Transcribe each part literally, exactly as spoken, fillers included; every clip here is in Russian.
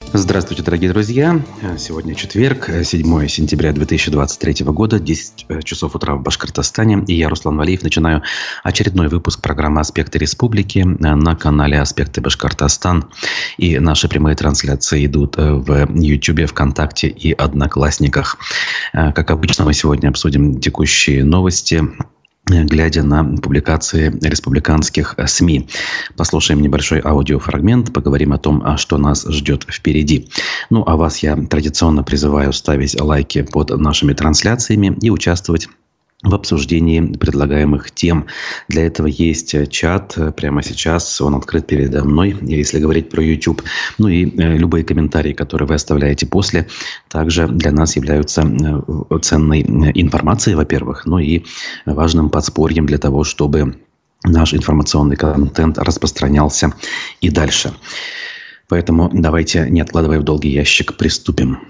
Здравствуйте, дорогие друзья. Сегодня четверг, седьмое сентября две тысячи двадцать третьего года, десять часов утра в Башкортостане. И я, Руслан Валиев, начинаю очередной выпуск программы «Аспекты Республики» на канале «Аспекты Башкортостан». И наши прямые трансляции идут в Ютубе, ВКонтакте и Одноклассниках. Как обычно, мы сегодня обсудим текущие новости, глядя на публикации республиканских СМИ. Послушаем небольшой аудиофрагмент, поговорим о том, что нас ждет впереди. Ну, а вас я традиционно призываю ставить лайки под нашими трансляциями и участвовать в обсуждении предлагаемых тем. Для этого есть чат. Прямо сейчас он открыт передо мной, если говорить про YouTube. Ну и любые комментарии, которые вы оставляете после, также для нас являются ценной информацией, во-первых, ну и важным подспорьем для того, чтобы наш информационный контент распространялся и дальше. Поэтому давайте, не откладывая в долгий ящик, приступим.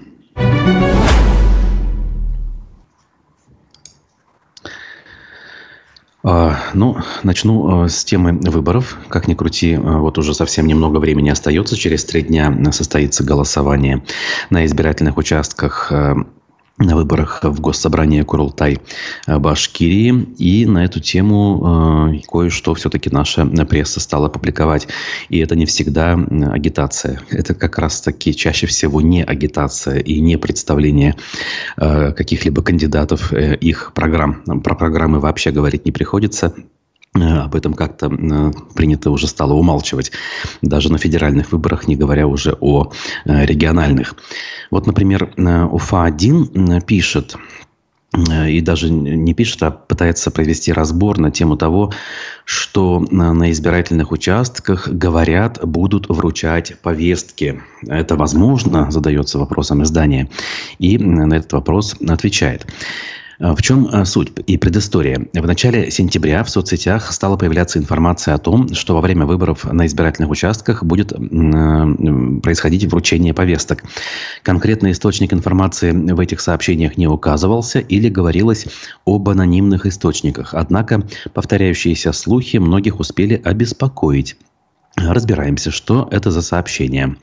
Ну, начну с темы выборов. Как ни крути, вот уже совсем немного времени остается. Через три дня состоится голосование на избирательных участках на выборах в Госсобрание Курултай-Башкирии. И на эту тему э, кое-что все-таки наша пресса стала публиковать. И это не всегда агитация. Это как раз-таки чаще всего не агитация и не представление э, каких-либо кандидатов, э, их программ. Про программы вообще говорить не приходится. Об этом как-то принято уже стало умалчивать. Даже на федеральных выборах, не говоря уже о региональных. Вот, например, Уфа один пишет, и даже не пишет, а пытается провести разбор на тему того, что на избирательных участках, говорят, будут вручать повестки. Это возможно, задается вопросом издание, и на этот вопрос отвечает. В чем суть и предыстория? В начале сентября в соцсетях стала появляться информация о том, что во время выборов на избирательных участках будет происходить вручение повесток. Конкретный источник информации в этих сообщениях не указывался или говорилось об анонимных источниках. Однако повторяющиеся слухи многих успели обеспокоить. Разбираемся, что это за сообщения.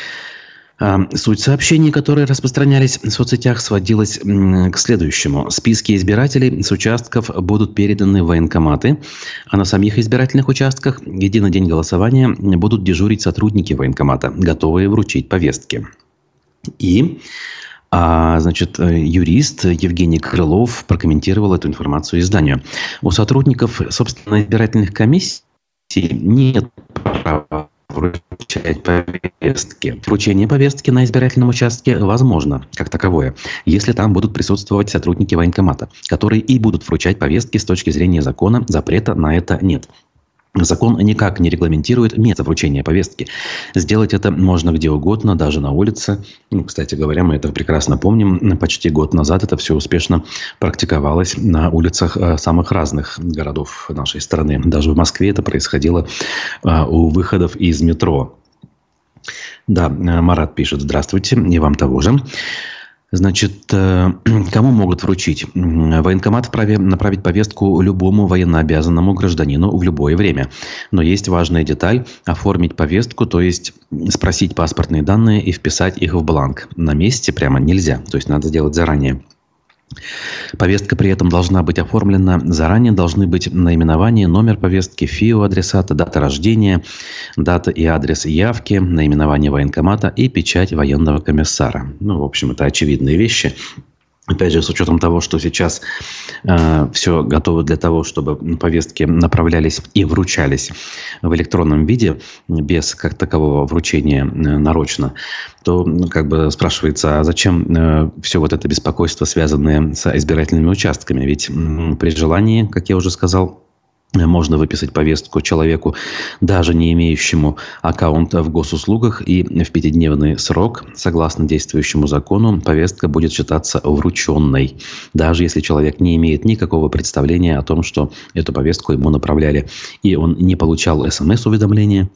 Суть сообщений, которые распространялись в соцсетях, сводилась к следующему. Списки избирателей с участков будут переданы в военкоматы, а на самих избирательных участках в единый день голосования будут дежурить сотрудники военкомата, готовые вручить повестки. И, а, значит, юрист Евгений Крылов прокомментировал эту информацию изданию. У сотрудников, собственно, избирательных комиссий нет права вручать повестки. Вручение повестки на избирательном участке возможно, как таковое, если там будут присутствовать сотрудники военкомата, которые и будут вручать повестки с точки зрения закона, запрета на это нет. Закон никак не регламентирует место вручения повестки. Сделать это можно где угодно, даже на улице. Ну, кстати говоря, мы это прекрасно помним. Почти год назад это все успешно практиковалось на улицах самых разных городов нашей страны. Даже в Москве это происходило у выходов из метро. Да, Марат пишет: здравствуйте, и вам того же. Значит, кому могут вручить? Военкомат вправе направить повестку любому военнообязанному гражданину в любое время. Но есть важная деталь – оформить повестку, то есть спросить паспортные данные и вписать их в бланк. На месте прямо нельзя, то есть надо сделать заранее. Повестка при этом должна быть оформлена заранее, должны быть наименование, номер повестки, ФИО адресата, дата рождения, дата и адрес явки, наименование военкомата и печать военного комиссара. Ну, в общем, это очевидные вещи. Опять же, с учетом того, что сейчас э, все готово для того, чтобы повестки направлялись и вручались в электронном виде, без как такового вручения э, нарочно, то ну, как бы спрашивается, а зачем э, все вот это беспокойство, связанное с избирательными участками? Ведь э, при желании, как я уже сказал, можно выписать повестку человеку, даже не имеющему аккаунта в госуслугах, и в пятидневный срок, согласно действующему закону, повестка будет считаться врученной, даже если человек не имеет никакого представления о том, что эту повестку ему направляли, и он не получал смс-уведомления,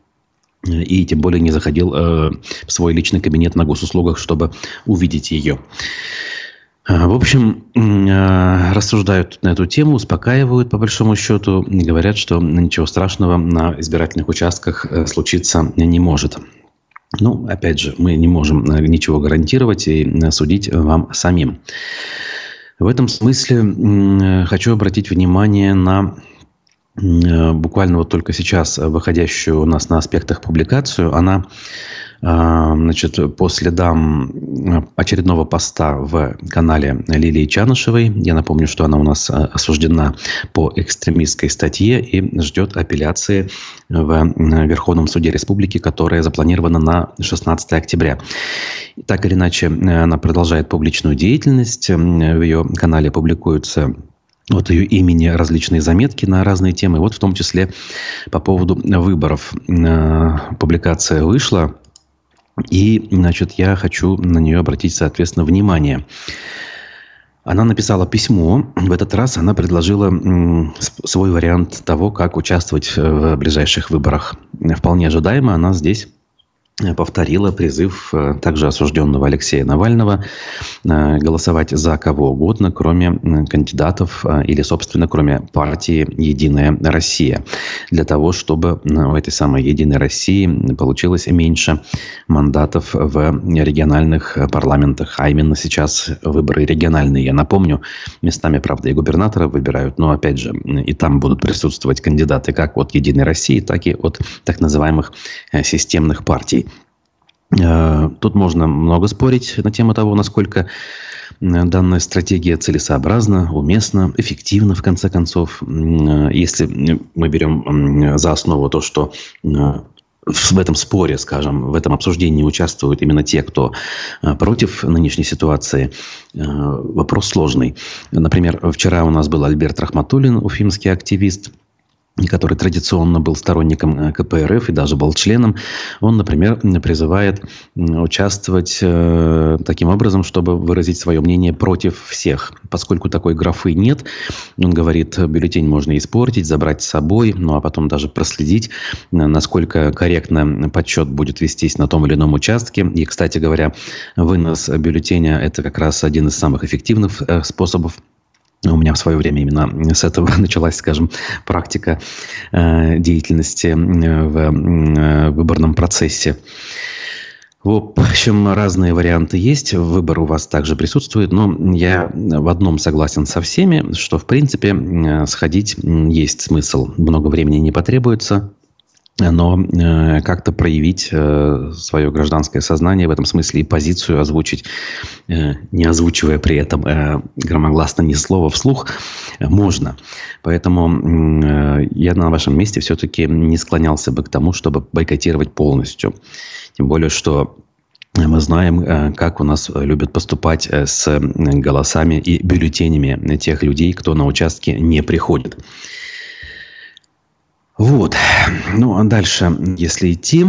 и тем более не заходил э, в свой личный кабинет на госуслугах, чтобы увидеть ее. В общем, рассуждают на эту тему, успокаивают по большому счету, и говорят, что ничего страшного на избирательных участках случиться не может. Ну, опять же, мы не можем ничего гарантировать и судить вам самим. В этом смысле хочу обратить внимание на буквально вот только сейчас выходящую у нас на «Аспектах» публикацию. Она, значит, по следам очередного поста в канале Лилии Чанышевой. Я напомню, что она у нас осуждена по экстремистской статье и ждет апелляции в Верховном суде Республики, которая запланирована на шестнадцатое октября. Так или иначе, она продолжает публичную деятельность. В ее канале публикуются от ее имени различные заметки на разные темы. Вот в том числе по поводу выборов публикация вышла. И, значит, я хочу на нее обратить, соответственно, внимание. Она написала письмо. В этот раз она предложила свой вариант того, как участвовать в ближайших выборах. Вполне ожидаемо она здесь повторила призыв также осужденного Алексея Навального голосовать за кого угодно, кроме кандидатов или, собственно, кроме партии «Единая Россия», для того, чтобы у этой самой «Единой России» получилось меньше мандатов в региональных парламентах, а именно сейчас выборы региональные. Я напомню, местами, правда, и губернатора выбирают, но, опять же, и там будут присутствовать кандидаты как от «Единой России», так и от так называемых системных партий. Тут можно много спорить на тему того, насколько данная стратегия целесообразна, уместна, эффективна, в конце концов. Если мы берем за основу то, что в этом споре, скажем, в этом обсуждении участвуют именно те, кто против нынешней ситуации, вопрос сложный. Например, вчера у нас был Альберт Рахматуллин, уфимский активист, который традиционно был сторонником ка пэ эр эф и даже был членом. Он, например, призывает участвовать э, таким образом, чтобы выразить свое мнение против всех. Поскольку такой графы нет, он говорит, бюллетень можно испортить, забрать с собой, ну а потом даже проследить, насколько корректно подсчет будет вестись на том или ином участке. И, кстати говоря, вынос бюллетеня – это как раз один из самых эффективных э, способов. У меня в свое время именно с этого началась, скажем, практика э, деятельности в э, выборном процессе. В общем, разные варианты есть. Выбор у вас также присутствует. Но я в одном согласен со всеми, что, в принципе, сходить есть смысл. Много времени не потребуется. Но э, как-то проявить э, свое гражданское сознание в этом смысле и позицию озвучить, э, не озвучивая при этом э, громогласно ни слова вслух, э, можно. Поэтому э, я на вашем месте все-таки не склонялся бы к тому, чтобы бойкотировать полностью. Тем более, что мы знаем, как у нас любят поступать с голосами и бюллетенями тех людей, кто на участке не приходит. Вот. Ну, а дальше, если идти,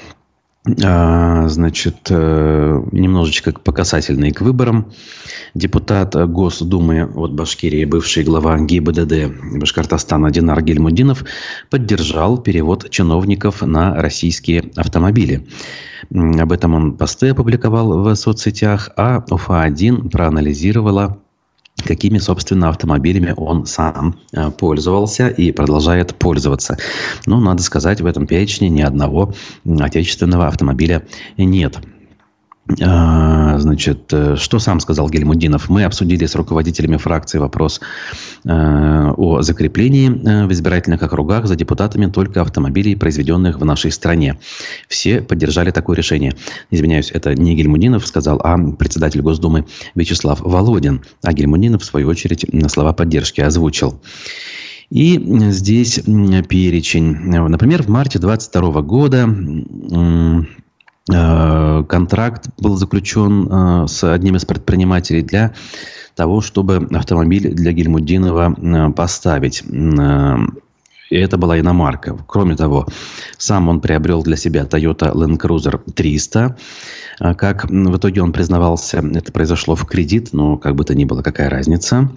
значит, немножечко по касательной к выборам. Депутат Госдумы от Башкирии, бывший глава гэ и бэ дэ дэ Башкортостана Динар Гильмудинов поддержал перевод чиновников на российские автомобили. Об этом он посты опубликовал в соцсетях, а Уфа один проанализировала, какими, собственно, автомобилями он сам пользовался и продолжает пользоваться. Но, надо сказать, в этом перечне ни одного отечественного автомобиля нет. Значит, что сам сказал Гильмудинов? Мы обсудили с руководителями фракции вопрос о закреплении в избирательных округах за депутатами только автомобилей, произведенных в нашей стране. Все поддержали такое решение. Извиняюсь, это не Гильмудинов сказал, а председатель Госдумы Вячеслав Володин. А Гильмудинов, в свою очередь, слова поддержки озвучил. И здесь перечень. Например, в марте двадцать второго года контракт был заключен с одним из предпринимателей для того, чтобы автомобиль для Гильмудинова поставить. И это была иномарка. Кроме того, сам он приобрел для себя Toyota Land Cruiser триста. Как в итоге он признавался, это произошло в кредит, но как бы то ни было, какая разница.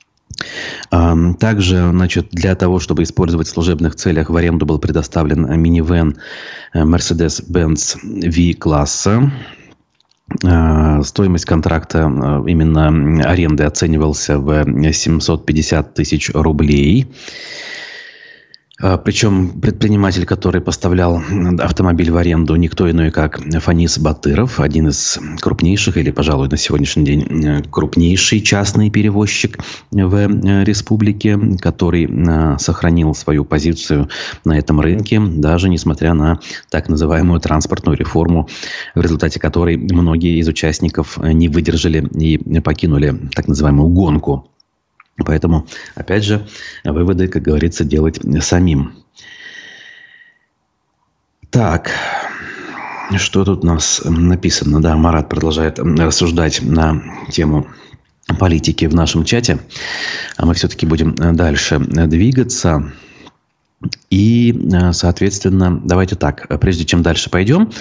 Также, значит, для того, чтобы использовать в служебных целях, в аренду был предоставлен минивэн Mercedes-Benz V-класса. Стоимость контракта именно аренды оценивался в семьсот пятьдесят тысяч рублей. Причем предприниматель, который поставлял автомобиль в аренду, никто иной, как Фанис Батыров, один из крупнейших, или, пожалуй, на сегодняшний день крупнейший частный перевозчик в республике, который сохранил свою позицию на этом рынке, даже несмотря на так называемую транспортную реформу, в результате которой многие из участников не выдержали и покинули так называемую гонку. Поэтому, опять же, выводы, как говорится, делать самим. Так, что тут у нас написано? Да, Марат продолжает рассуждать на тему политики в нашем чате. А мы все-таки будем дальше двигаться. И, соответственно, давайте так, прежде чем дальше пойдем,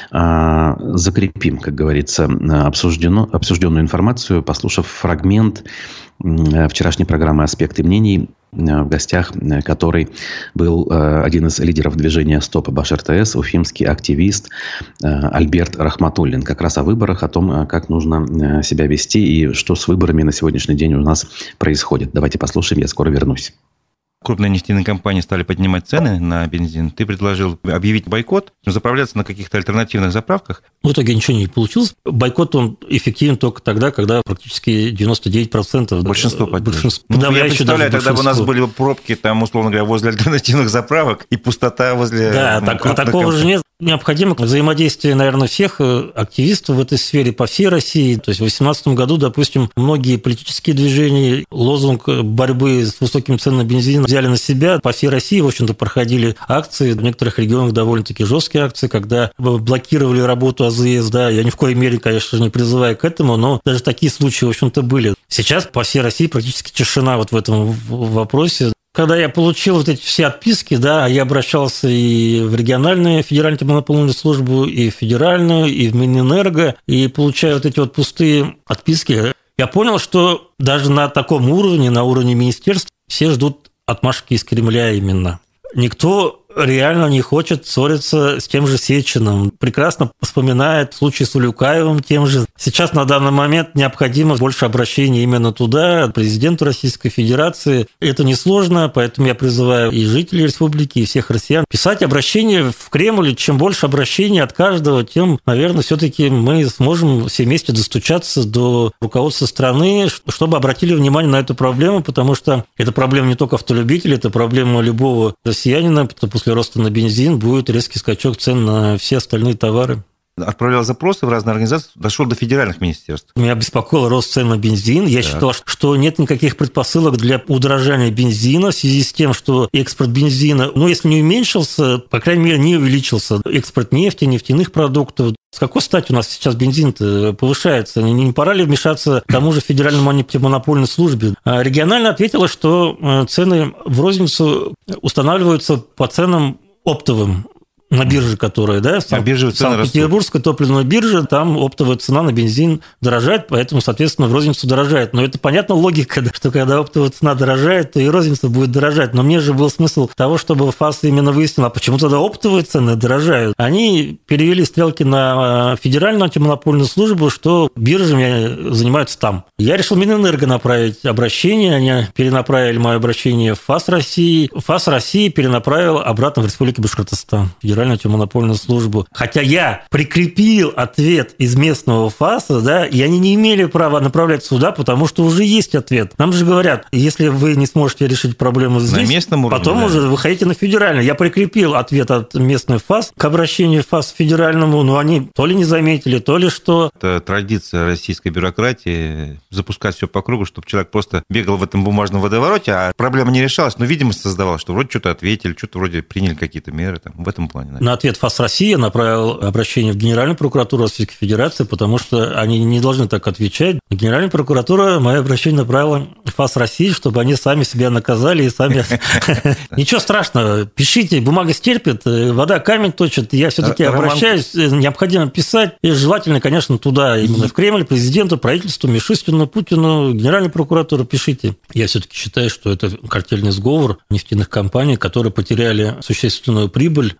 закрепим, как говорится, обсужденную, обсужденную информацию, послушав фрагмент вчерашней программы «Аспекты мнений», в гостях которой был один из лидеров движения «Стоп Баш-эр-тэ-эс», уфимский активист Альберт Рахматуллин. Как раз о выборах, о том, как нужно себя вести и что с выборами на сегодняшний день у нас происходит. Давайте послушаем, я скоро вернусь. Крупные нефтяные компании стали поднимать цены на бензин. Ты предложил объявить бойкот, заправляться на каких-то альтернативных заправках. В итоге ничего не получилось. Бойкот, он эффективен только тогда, когда практически девяносто девять процентов... Большинство поддерживает. Ну, я представляю, тогда бы у нас были пробки, там, условно говоря, возле альтернативных заправок и пустота возле... Да, ну, так, а такого компаний. Же нет. Необходимо взаимодействие, наверное, всех активистов в этой сфере по всей России. То есть в две тысячи восемнадцатом году, допустим, многие политические движения лозунг борьбы с высоким ценами на бензин взяли на себя. По всей России, в общем-то, проходили акции. В некоторых регионах довольно-таки жесткие акции, когда блокировали работу АЗС. Да, я ни в коей мере, конечно же, не призываю к этому, но даже такие случаи, в общем-то, были. Сейчас по всей России практически тишина вот в этом вопросе. Когда я получил вот эти все отписки, да, я обращался и в региональную федеральную антимонопольную службу, и в федеральную, и в Минэнерго, и получая вот эти вот пустые отписки, я понял, что даже на таком уровне, на уровне министерств, все ждут отмашки из Кремля именно. Никто реально не хочет ссориться с тем же Сечиным. Прекрасно вспоминает случай с Улюкаевым тем же. Сейчас на данный момент необходимо больше обращений именно туда, к президенту Российской Федерации. Это несложно, поэтому я призываю и жителей республики, и всех россиян писать обращения в Кремль. Чем больше обращений от каждого, тем, наверное, все-таки мы сможем все вместе достучаться до руководства страны, чтобы обратили внимание на эту проблему, потому что это проблема не только автолюбителей, это проблема любого россиянина, потому что после роста на бензин будет резкий скачок цен на все остальные товары. Отправлял запросы в разные организации, дошел до федеральных министерств. Меня беспокоил рост цен на бензин. Я так. считал, что нет никаких предпосылок для удорожания бензина в связи с тем, что экспорт бензина, ну, если не уменьшился, по крайней мере, не увеличился. Экспорт нефти, нефтяных продуктов. С какой стати у нас сейчас бензин-то повышается? Не пора ли вмешаться к тому же Федеральному антимонопольной службе? Регионально ответила, что цены в розницу устанавливаются по ценам оптовым. На бирже, которая, да, Санкт-Петербургская топливная биржа, там оптовая цена на бензин дорожает, поэтому, соответственно, в розницу дорожает. Но это понятна логика, что когда оптовая цена дорожает, то и розница будет дорожать. Но мне же был смысл того, чтобы ФАС именно выяснил, а почему тогда оптовые цены дорожают. Они перевели стрелки на Федеральную антимонопольную службу, что биржами занимаются там. Я решил Минэнерго направить обращение, они перенаправили мое обращение в ФАС России. ФАС России перенаправил обратно в Республику Башкортостан. Антимонопольную службу. Хотя я прикрепил ответ из местного ФАСа, да, и они не имели права направлять сюда, потому что уже есть ответ. Нам же говорят, если вы не сможете решить проблему здесь, на местном уровне, потом да. уже выходите на федеральный. Я прикрепил ответ от местного ФАС к обращению ФАС федеральному, но они то ли не заметили, то ли что. Это традиция российской бюрократии запускать все по кругу, чтобы человек просто бегал в этом бумажном водовороте, а проблема не решалась, но видимость создавалась, что вроде что-то ответили, что-то вроде приняли какие-то меры там, в этом плане. На ответ ФАС России направил обращение в Генеральную прокуратуру Российской Федерации, потому что они не должны так отвечать. Генеральная прокуратура мое обращение направила в ФАС России, чтобы они сами себя наказали и сами... Ничего страшного, пишите, бумага стерпит, вода камень точит. Я все-таки обращаюсь, необходимо писать. И желательно, конечно, туда, именно в Кремль, президенту, правительству, Мишустину, Путину, Генеральную прокуратуру пишите. Я все-таки считаю, что это картельный сговор нефтяных компаний, которые потеряли существенную прибыль от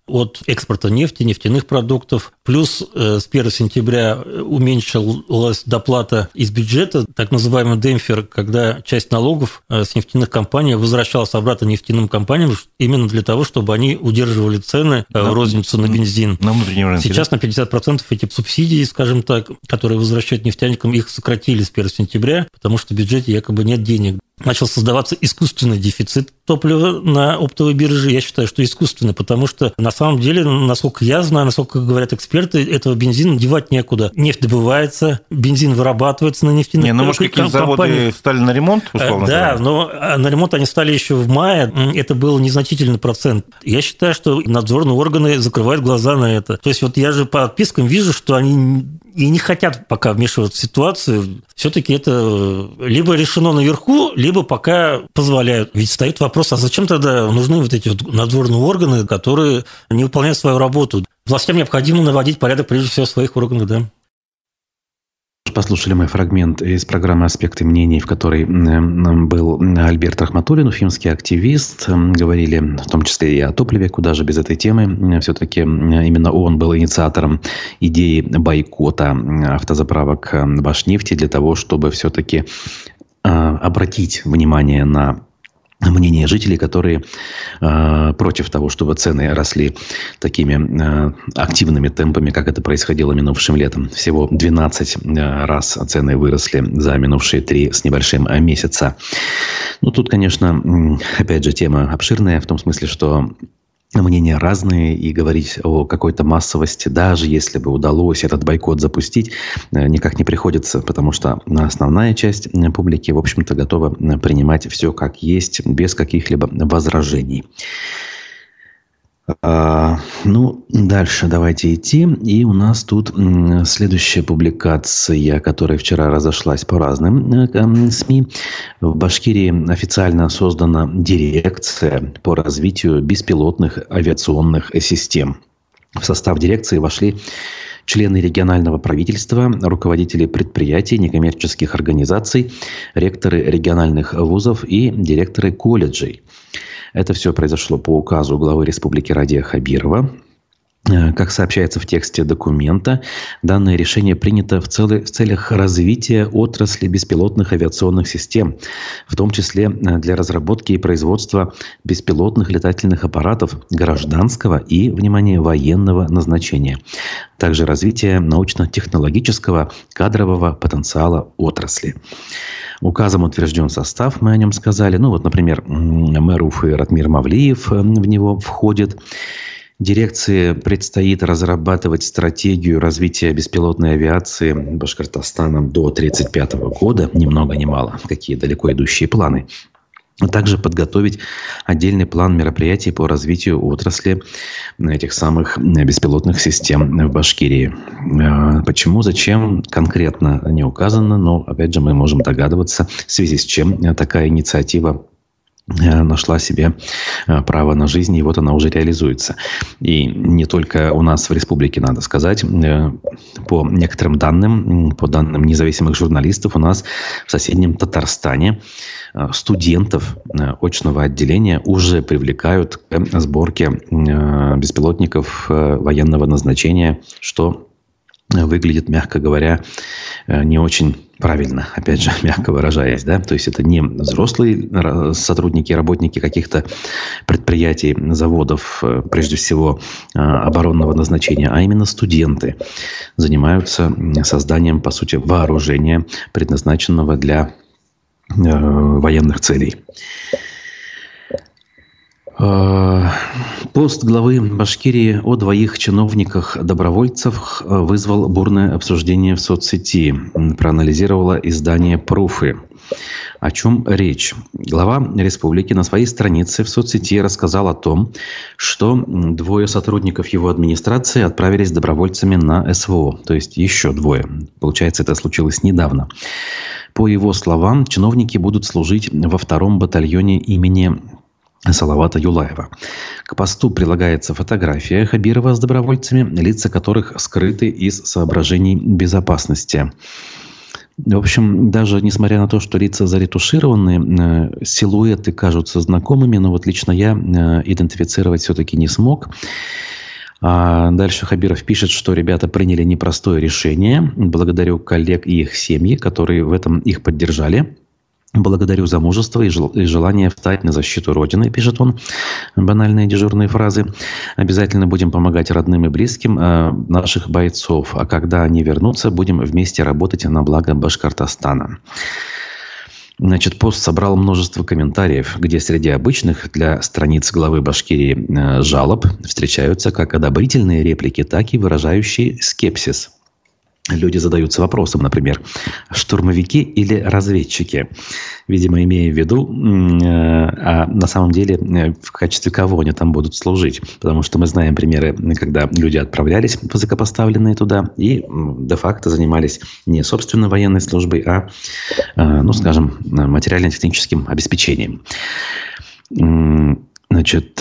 экспорта нефти, нефтяных продуктов. Плюс с первого сентября уменьшилась доплата из бюджета, так называемый демпфер, когда часть налогов с нефтяных компаний возвращалась обратно нефтяным компаниям именно для того, чтобы они удерживали цены в розницу на бензин. На внутреннем рынке. Сейчас на пятьдесят процентов эти субсидии, скажем так, которые возвращают нефтяникам, их сократили с первого сентября, потому что в бюджете якобы нет денег. Начал создаваться искусственный дефицит топлива на оптовой бирже. Я считаю, что искусственный, потому что на самом деле, насколько я знаю, насколько говорят эксперты, этого бензина девать некуда. Нефть добывается, бензин вырабатывается на нефтяных компаниях. Не, ну, может, какие-то заводы стали на ремонт, условно Да, говоря? но на ремонт они стали еще в мае. Это был незначительный процент. Я считаю, что надзорные органы закрывают глаза на это. То есть вот я же по отпискам вижу, что они и не хотят пока вмешиваться в ситуацию. Все-таки это либо решено наверху, либо пока позволяют. Ведь стоит вопрос, а зачем тогда нужны вот эти вот надзорные органы, которые не выполняют свою работу? Властям необходимо наводить порядок, прежде всего, в своих органах, да. Послушали мы фрагмент из программы «Аспекты мнений», в которой был Альберт Рахматуллин, уфимский активист. Говорили в том числе и о топливе, куда же без этой темы. Все-таки именно он был инициатором идеи бойкота автозаправок Башнефти для того, чтобы все-таки обратить внимание на мнение жителей, которые э, против того, чтобы цены росли такими э, активными темпами, как это происходило минувшим летом. Всего двенадцать раз цены выросли за минувшие три с небольшим месяца. Ну, тут, конечно, опять же, тема обширная, в том смысле, что мнения разные, и говорить о какой-то массовости, даже если бы удалось этот бойкот запустить, никак не приходится, потому что основная часть публики, в общем-то, готова принимать все как есть, без каких-либо возражений. А, ну, дальше давайте идти. И у нас тут следующая публикация, которая вчера разошлась по разным СМИ. В Башкирии официально создана дирекция по развитию беспилотных авиационных систем. В состав дирекции вошли члены регионального правительства, руководители предприятий, некоммерческих организаций, ректоры региональных вузов и директоры колледжей. Это все произошло по указу главы Республики Радия Хабирова. Как сообщается в тексте документа, данное решение принято в, цели, в целях развития отрасли беспилотных авиационных систем, в том числе для разработки и производства беспилотных летательных аппаратов гражданского и, внимание, военного назначения. Также развитие научно-технологического кадрового потенциала отрасли. Указом утвержден состав, мы о нем сказали. Ну вот, например, мэр Уфы Ратмир Мавлиев в него входит. Дирекции предстоит разрабатывать стратегию развития беспилотной авиации Башкортостаном до две тысячи тридцать пятого года. Ни много ни мало. Какие далеко идущие планы. А также подготовить отдельный план мероприятий по развитию отрасли этих самых беспилотных систем в Башкирии. Почему, зачем, конкретно не указано, но, опять же, мы можем догадываться, в связи с чем такая инициатива нашла себе право на жизнь, и вот она уже реализуется. И не только у нас в республике, надо сказать, по некоторым данным, по данным независимых журналистов, у нас в соседнем Татарстане студентов очного отделения уже привлекают к сборке беспилотников военного назначения, что выглядит, мягко говоря, не очень правильно, опять же, мягко выражаясь, да, то есть это не взрослые сотрудники, работники каких-то предприятий, заводов, прежде всего оборонного назначения, а именно студенты занимаются созданием, по сути, вооружения, предназначенного для военных целей. Пост главы Башкирии о двоих чиновниках-добровольцев вызвал бурное обсуждение в соцсети. Проанализировало издание «Пруфы». О чем речь? Глава республики на своей странице в соцсети рассказал о том, что двое сотрудников его администрации отправились добровольцами на СВО. То есть еще двое. Получается, это случилось недавно. По его словам, чиновники будут служить во втором батальоне имени Салавата Юлаева. К посту прилагается фотография Хабирова с добровольцами, лица которых скрыты из соображений безопасности. В общем, даже несмотря на то, что лица заретушированы, силуэты кажутся знакомыми, но вот лично я идентифицировать все-таки не смог. А дальше Хабиров пишет, что ребята приняли непростое решение. Благодарю коллег и их семьи, которые в этом их поддержали. Благодарю за мужество и желание встать на защиту Родины, пишет он. Банальные дежурные фразы. Обязательно будем помогать родным и близким э, наших бойцов. А когда они вернутся, будем вместе работать на благо Башкортостана. Значит, пост собрал множество комментариев, где среди обычных для страниц главы Башкирии э, жалоб встречаются как одобрительные реплики, так и выражающие скепсис. Люди задаются вопросом, например, штурмовики или разведчики, видимо, имея в виду, а на самом деле в качестве кого они там будут служить. Потому что мы знаем примеры, когда люди отправлялись высокопоставленные туда и де-факто занимались не собственно военной службой, а, ну, скажем, материально-техническим обеспечением. Значит...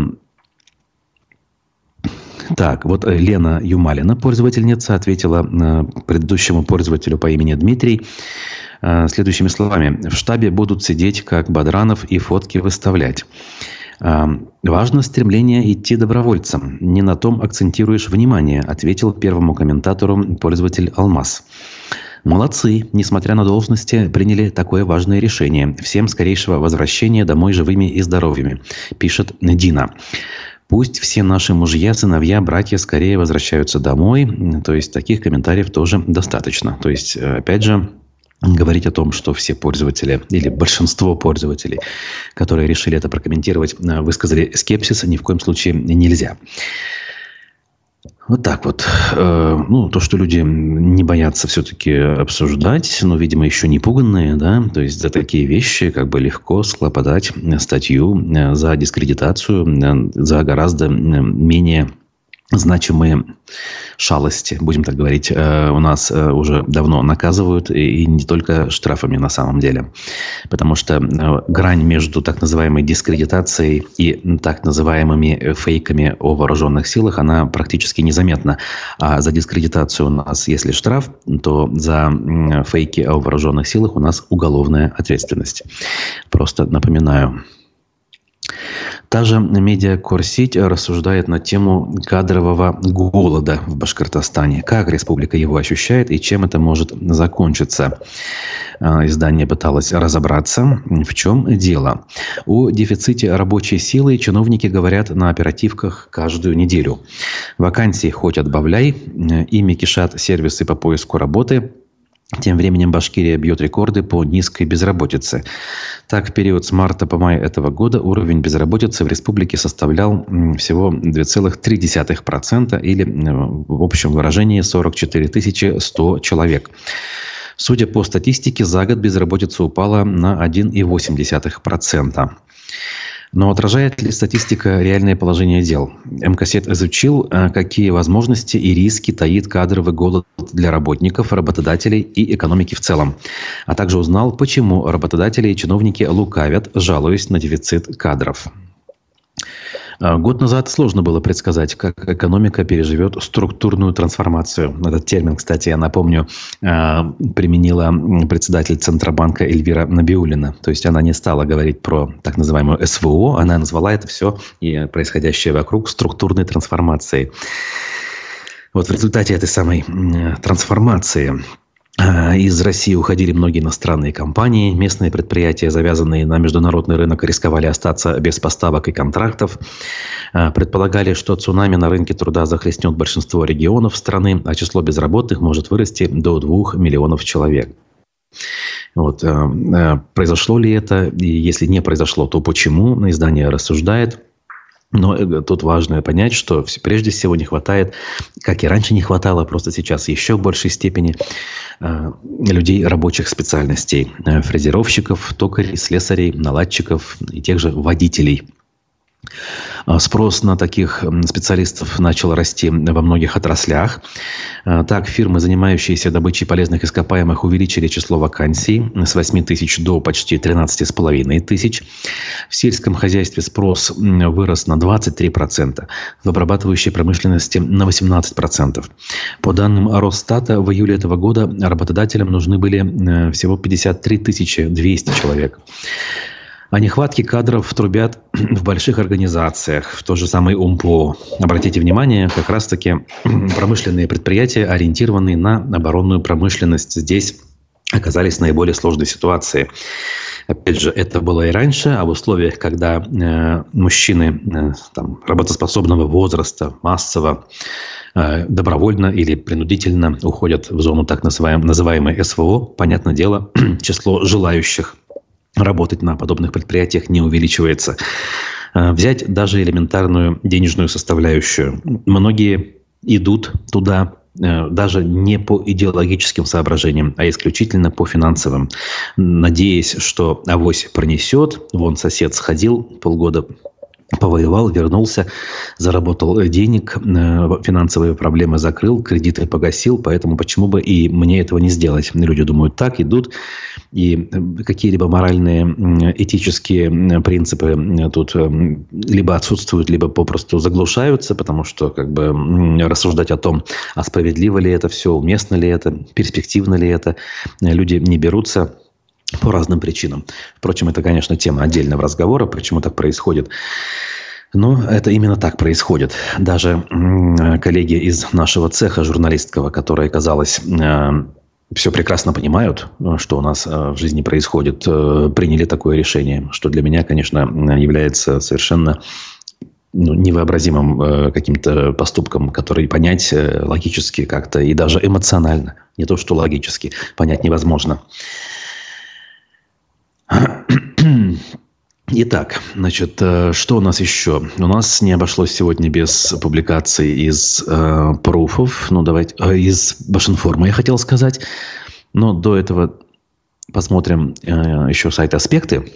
Так, вот Лена Юмалина, пользовательница, ответила предыдущему пользователю по имени Дмитрий следующими словами. В штабе будут сидеть, как Бадранов, и фотки выставлять. Важно стремление идти добровольцем. Не на том акцентируешь внимание, ответил первому комментатору пользователь Алмаз. Молодцы, несмотря на должности, приняли такое важное решение. Всем скорейшего возвращения домой живыми и здоровыми, пишет Дина. Пусть все наши мужья, сыновья, братья скорее возвращаются домой. То есть таких комментариев тоже достаточно. То есть, опять же, говорить о том, что все пользователи или большинство пользователей, которые решили это прокомментировать, высказали скепсис, ни в коем случае нельзя. Вот так вот. Ну, то, что люди не боятся все-таки обсуждать, но, видимо, еще не пуганные, да, то есть за такие вещи как бы легко схлопотать статью за дискредитацию, за гораздо менее значимые шалости, будем так говорить, у нас уже давно наказывают, и не только штрафами на самом деле. Потому что грань между так называемой дискредитацией и так называемыми фейками о вооруженных силах, она практически незаметна. А за дискредитацию у нас, если штраф, то за фейки о вооруженных силах у нас уголовная ответственность. Просто напоминаю. Та же медиакорсеть рассуждает на тему кадрового голода в Башкортостане. Как республика его ощущает и чем это может закончиться. Издание пыталось разобраться, в чем дело. О дефиците рабочей силы чиновники говорят на оперативках каждую неделю. Вакансий хоть отбавляй, ими кишат сервисы по поиску работы. Тем временем Башкирия бьет рекорды по низкой безработице. Так, в период с марта по май этого года уровень безработицы в республике составлял всего два целых три десятых процента или в общем выражении сорок четыре тысячи сто человек. Судя по статистике, за год безработица упала на один целых восемь десятых процента. Но отражает ли статистика реальное положение дел? МКСЕД изучил, какие возможности и риски таит кадровый голод для работников, работодателей и экономики в целом. А также узнал, почему работодатели и чиновники лукавят, жалуясь на дефицит кадров. Год назад сложно было предсказать, как экономика переживет структурную трансформацию. Этот термин, кстати, я напомню, применила председатель Центробанка Эльвира Набиуллина. То есть она не стала говорить про так называемую СВО, она назвала это все и происходящее вокруг структурной трансформацией. Вот в результате этой самой трансформации из России уходили многие иностранные компании, местные предприятия, завязанные на международный рынок, рисковали остаться без поставок и контрактов. Предполагали, что цунами на рынке труда захлестнет большинство регионов страны, а число безработных может вырасти до двух миллионов человек. Вот. Произошло ли это? И если не произошло, то почему? Издание рассуждает. Но тут важно понять, что прежде всего не хватает, как и раньше не хватало, просто сейчас еще в большей степени людей рабочих специальностей. Фрезеровщиков, токарей, слесарей, наладчиков и тех же водителей. Спрос на таких специалистов начал расти во многих отраслях. Так, фирмы, занимающиеся добычей полезных ископаемых, увеличили число вакансий с восьми тысяч до почти тринадцати с половиной тысяч. В сельском хозяйстве спрос вырос на двадцать три процента, в обрабатывающей промышленности на восемнадцать процентов. По данным Росстата, в июле этого года работодателям нужны были всего пятьдесят три тысячи двести человек. О нехватке кадров трубят в больших организациях, в то же самое УМПО. Обратите внимание, как раз-таки промышленные предприятия, ориентированные на оборонную промышленность, здесь оказались в наиболее сложной ситуации. Опять же, это было и раньше, а в условиях, когда э, мужчины э, там, работоспособного возраста массово, э, добровольно или принудительно уходят в зону так называемой, называемой СВО, понятное дело, число желающих работать на подобных предприятиях не увеличивается. Взять даже элементарную денежную составляющую. Многие идут туда даже не по идеологическим соображениям, а исключительно по финансовым, надеясь, что авось пронесет. Вон сосед сходил, полгода повоевал, вернулся, заработал денег, финансовые проблемы закрыл, кредиты погасил, поэтому почему бы и мне этого не сделать? Люди думают так, идут, и какие-либо моральные, этические принципы тут либо отсутствуют, либо попросту заглушаются, потому что как бы рассуждать о том, а справедливо ли это все, уместно ли это, перспективно ли это, люди не берутся по разным причинам. Впрочем, это, конечно, тема отдельного разговора, почему так происходит. Но это именно так происходит. Даже коллеги из нашего цеха журналистского, которые, казалось, все прекрасно понимают, что у нас в жизни происходит, приняли такое решение, что для меня, конечно, является совершенно ну, невообразимым каким-то поступком, который понять логически как-то и даже эмоционально, не то что логически, понять невозможно. Итак, значит, что у нас еще? У нас не обошлось сегодня без публикаций из э, пруфов, ну давайте, э, из Башинформа, я хотел сказать. Но до этого посмотрим э, еще сайт «Аспекты».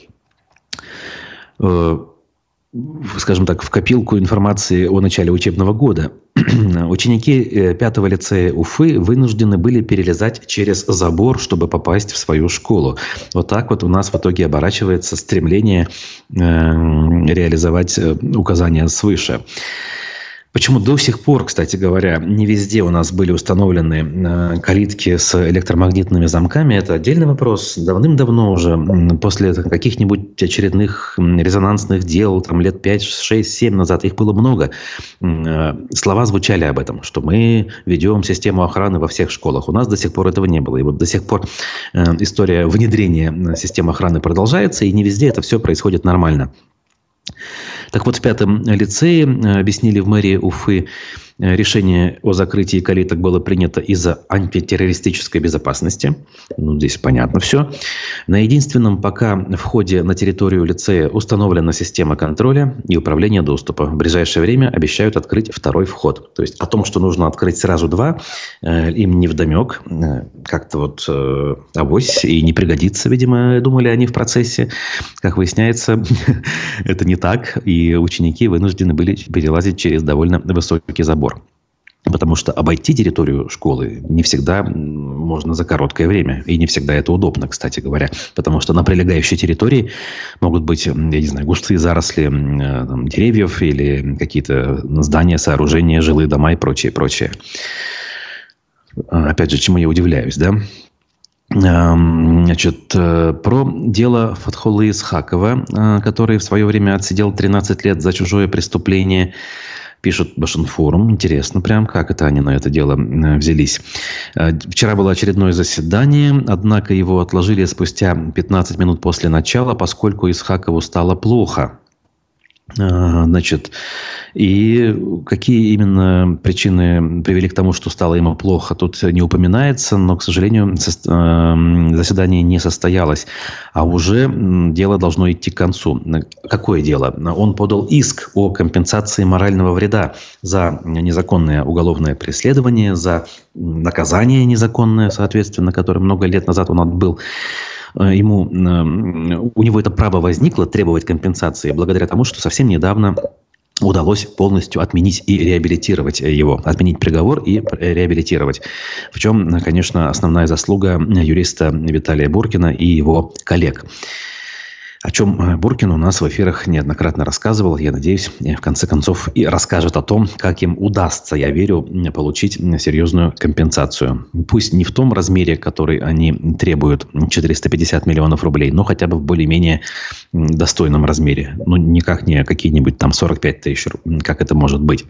Э, скажем так, в копилку информации о начале учебного года. Ученики пятого лицея Уфы вынуждены были перелезать через забор, чтобы попасть в свою школу. Вот так вот у нас в итоге оборачивается стремление э, реализовать указания свыше. Почему до сих пор, кстати говоря, не везде у нас были установлены калитки с электромагнитными замками, это отдельный вопрос. Давным-давно уже, после каких-нибудь очередных резонансных дел, там лет пять, шесть, семь назад, их было много, слова звучали об этом, что мы ведем систему охраны во всех школах. У нас до сих пор этого не было. И вот до сих пор история внедрения системы охраны продолжается, и не везде это все происходит нормально. Так вот, в пятом лицее, объяснили в мэрии Уфы, решение о закрытии калиток было принято из-за антитеррористической безопасности. Ну, здесь понятно все. На единственном пока входе на территорию лицея установлена система контроля и управления доступа. В ближайшее время обещают открыть второй вход. То есть о том, что нужно открыть сразу два, им невдомек. Как-то вот э, авось и не пригодится, видимо, думали они в процессе. Как выясняется, это не так. И ученики вынуждены были перелазить через довольно высокий забор. Потому что обойти территорию школы не всегда можно за короткое время. И не всегда это удобно, кстати говоря. Потому что на прилегающей территории могут быть, я не знаю, густые заросли там, деревьев или какие-то здания, сооружения, жилые дома и прочее, прочее. Опять же, чему я удивляюсь, да? Значит, про дело Фатхуллы Исхакова, который в свое время отсидел тринадцать лет за чужое преступление, пишет Башинформ. Интересно прям, как это они на это дело взялись. Вчера было очередное заседание, однако его отложили спустя пятнадцать минут после начала, поскольку Исхакову стало плохо. Значит, и какие именно причины привели к тому, что стало ему плохо, тут не упоминается, но, к сожалению, заседание не состоялось, а уже дело должно идти к концу. Какое дело? Он подал иск о компенсации морального вреда за незаконное уголовное преследование, за наказание незаконное, соответственно, которое много лет назад он отбыл. Ему, у него это право возникло требовать компенсации благодаря тому, что совсем недавно удалось полностью отменить и реабилитировать его. Отменить приговор и реабилитировать. В чем, конечно, основная заслуга юриста Виталия Буркина и его коллег. о чем Буркин у нас в эфирах неоднократно рассказывал. Я надеюсь, в конце концов и расскажет о том, как им удастся, я верю, получить серьезную компенсацию. Пусть не в том размере, который они требуют, четыреста пятьдесят миллионов рублей, но хотя бы в более-менее достойном размере. Ну, никак не какие-нибудь там сорок пять тысяч, как это может быть.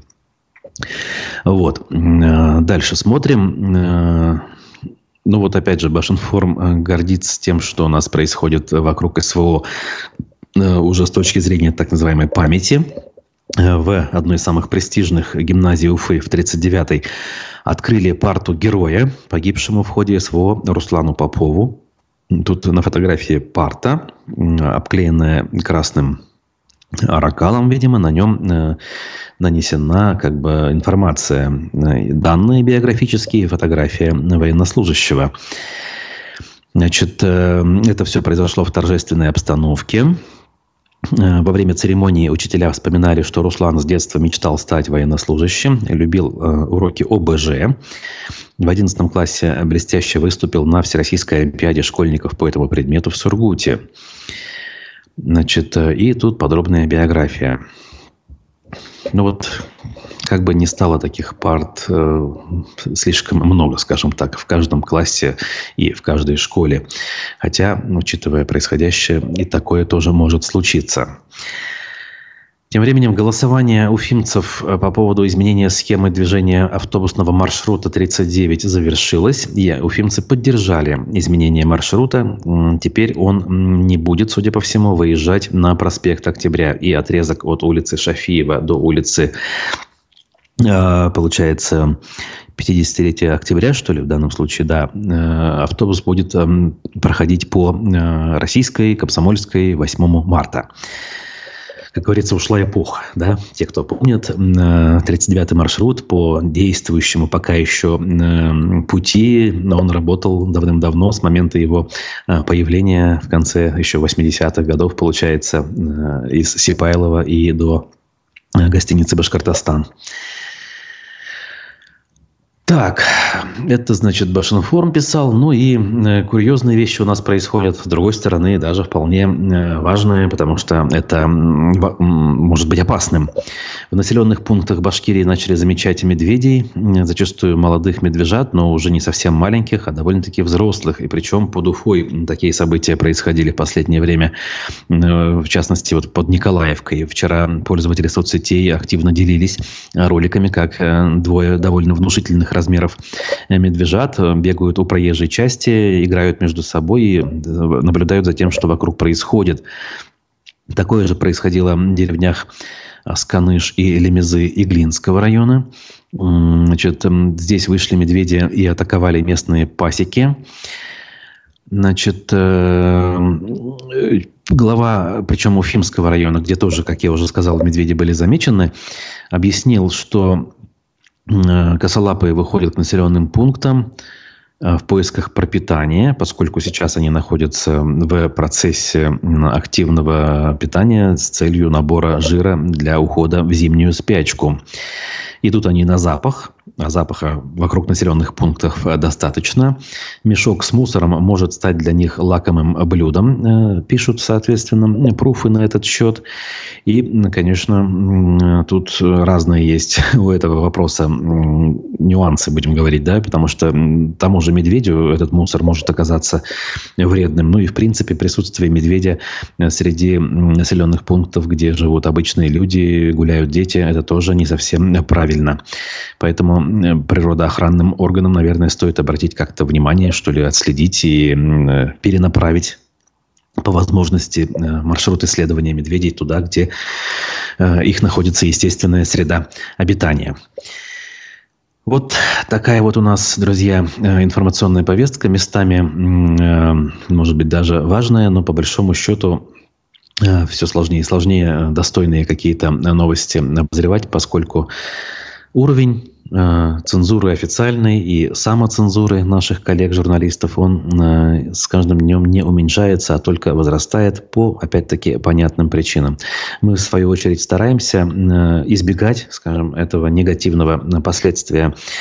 Вот. Дальше смотрим. Ну вот опять же, Башинформ гордится тем, что у нас происходит вокруг СВО уже с точки зрения так называемой памяти. В одной из самых престижных гимназий Уфы в тридцать девятой открыли парту героя, погибшему в ходе СВО Руслану Попову. Тут на фотографии парта, обклеенная красным аракалом, видимо, на нем нанесена как бы информация, данные биографические, фотография военнослужащего. Значит, это все произошло в торжественной обстановке. Во время церемонии учителя вспоминали, что Руслан с детства мечтал стать военнослужащим, любил уроки О Б Ж. В одиннадцатом классе блестяще выступил на Всероссийской олимпиаде школьников по этому предмету в Сургуте. Значит, и тут подробная биография. Ну вот, как бы не стало таких парт э, слишком много, скажем так, в каждом классе и в каждой школе. Хотя, учитывая происходящее, и такое тоже может случиться. Тем временем голосование уфимцев по поводу изменения схемы движения автобусного маршрута тридцать девять завершилось. И уфимцы поддержали изменение маршрута. Теперь он не будет, судя по всему, выезжать на проспект Октября. И отрезок от улицы Шафиева до улицы, получается, пятидесятилетия Октября, что ли, в данном случае, да, автобус будет проходить по Российской, Комсомольской, восьмому марта. Как говорится, ушла эпоха, да, те, кто помнят, тридцать девятый маршрут по действующему пока еще пути, но он работал давным-давно, с момента его появления в конце еще восьмидесятых годов, получается, из Сипайлова и до гостиницы «Башкортостан». Так, это, значит, Башинформ писал. Ну и э, курьезные вещи у нас происходят, с другой стороны, даже вполне э, важные, потому что это э, может быть опасным. В населенных пунктах Башкирии начали замечать медведей, э, зачастую молодых медвежат, но уже не совсем маленьких, а довольно-таки взрослых. И причем под Уфой такие события происходили в последнее время, э, в частности, вот под Николаевкой. Вчера пользователи соцсетей активно делились роликами, как э, двое довольно внушительных размеров медвежат бегают у проезжей части, играют между собой и наблюдают за тем, что вокруг происходит. Такое же происходило в деревнях Асканыш и Лемезы Иглинского района. Значит, здесь вышли медведи и атаковали местные пасеки. Значит, глава, причем Уфимского района, где тоже, как я уже сказал, медведи были замечены, объяснил, что косолапые выходят к населенным пунктам в поисках пропитания, поскольку сейчас они находятся в процессе активного питания с целью набора жира для ухода в зимнюю спячку. Идут они на запах, а запаха вокруг населенных пунктов достаточно. Мешок с мусором может стать для них лакомым блюдом, пишут, соответственно, пруфы на этот счет. И, конечно, тут разные есть у этого вопроса нюансы, будем говорить, да, потому что тому же медведю этот мусор может оказаться вредным. Ну и, в принципе, присутствие медведя среди населенных пунктов, где живут обычные люди, гуляют дети, это тоже не совсем правильно. Поэтому природоохранным органам, наверное, стоит обратить как-то внимание, что ли, отследить и перенаправить по возможности маршрут исследования медведей туда, где их находится естественная среда обитания. Вот такая вот у нас, друзья, информационная повестка. Местами, может быть, даже важная, но по большому счету все сложнее и сложнее достойные какие-то новости обозревать, поскольку уровень э, цензуры официальной и самоцензуры наших коллег-журналистов, он э, с каждым днем не уменьшается, а только возрастает по, опять-таки, понятным причинам. Мы, в свою очередь, стараемся э, избегать, скажем, этого негативного последствия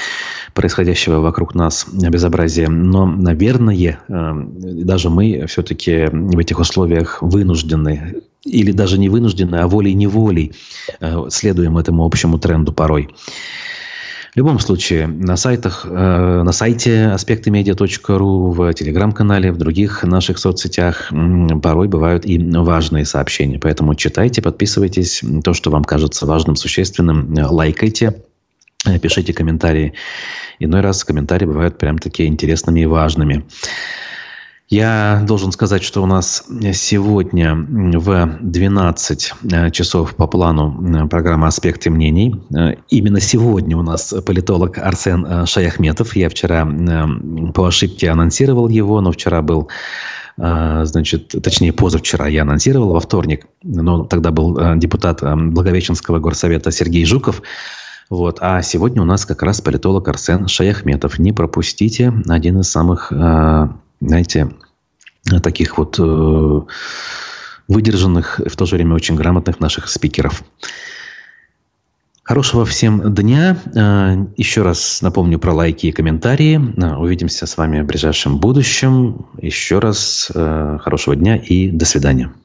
происходящего вокруг нас безобразия. Но, наверное, даже мы все-таки в этих условиях вынуждены, или даже не вынуждены, а волей-неволей следуем этому общему тренду порой. В любом случае, на сайтах, на сайте аспекты медиа точка ру, в телеграм-канале, в других наших соцсетях порой бывают и важные сообщения. Поэтому читайте, подписывайтесь. То, что вам кажется важным, существенным, лайкайте, пишите комментарии. Иной раз комментарии бывают прям такие интересными и важными. Я должен сказать, что у нас сегодня в двенадцать часов по плану программа «Аспекты мнений». Именно сегодня у нас политолог Арсен Шаяхметов. Я вчера по ошибке анонсировал его, но вчера был, значит, точнее, позавчера я анонсировал, во вторник. Но тогда был депутат Благовещенского горсовета Сергей Жуков. Вот. А сегодня у нас как раз политолог Арсен Шаяхметов. Не пропустите, один из самых... знаете, таких вот э, выдержанных, в то же время очень грамотных наших спикеров. Хорошего всем дня. Э, еще раз напомню про лайки и комментарии. Э, увидимся с вами в ближайшем будущем. Еще раз э, хорошего дня и до свидания.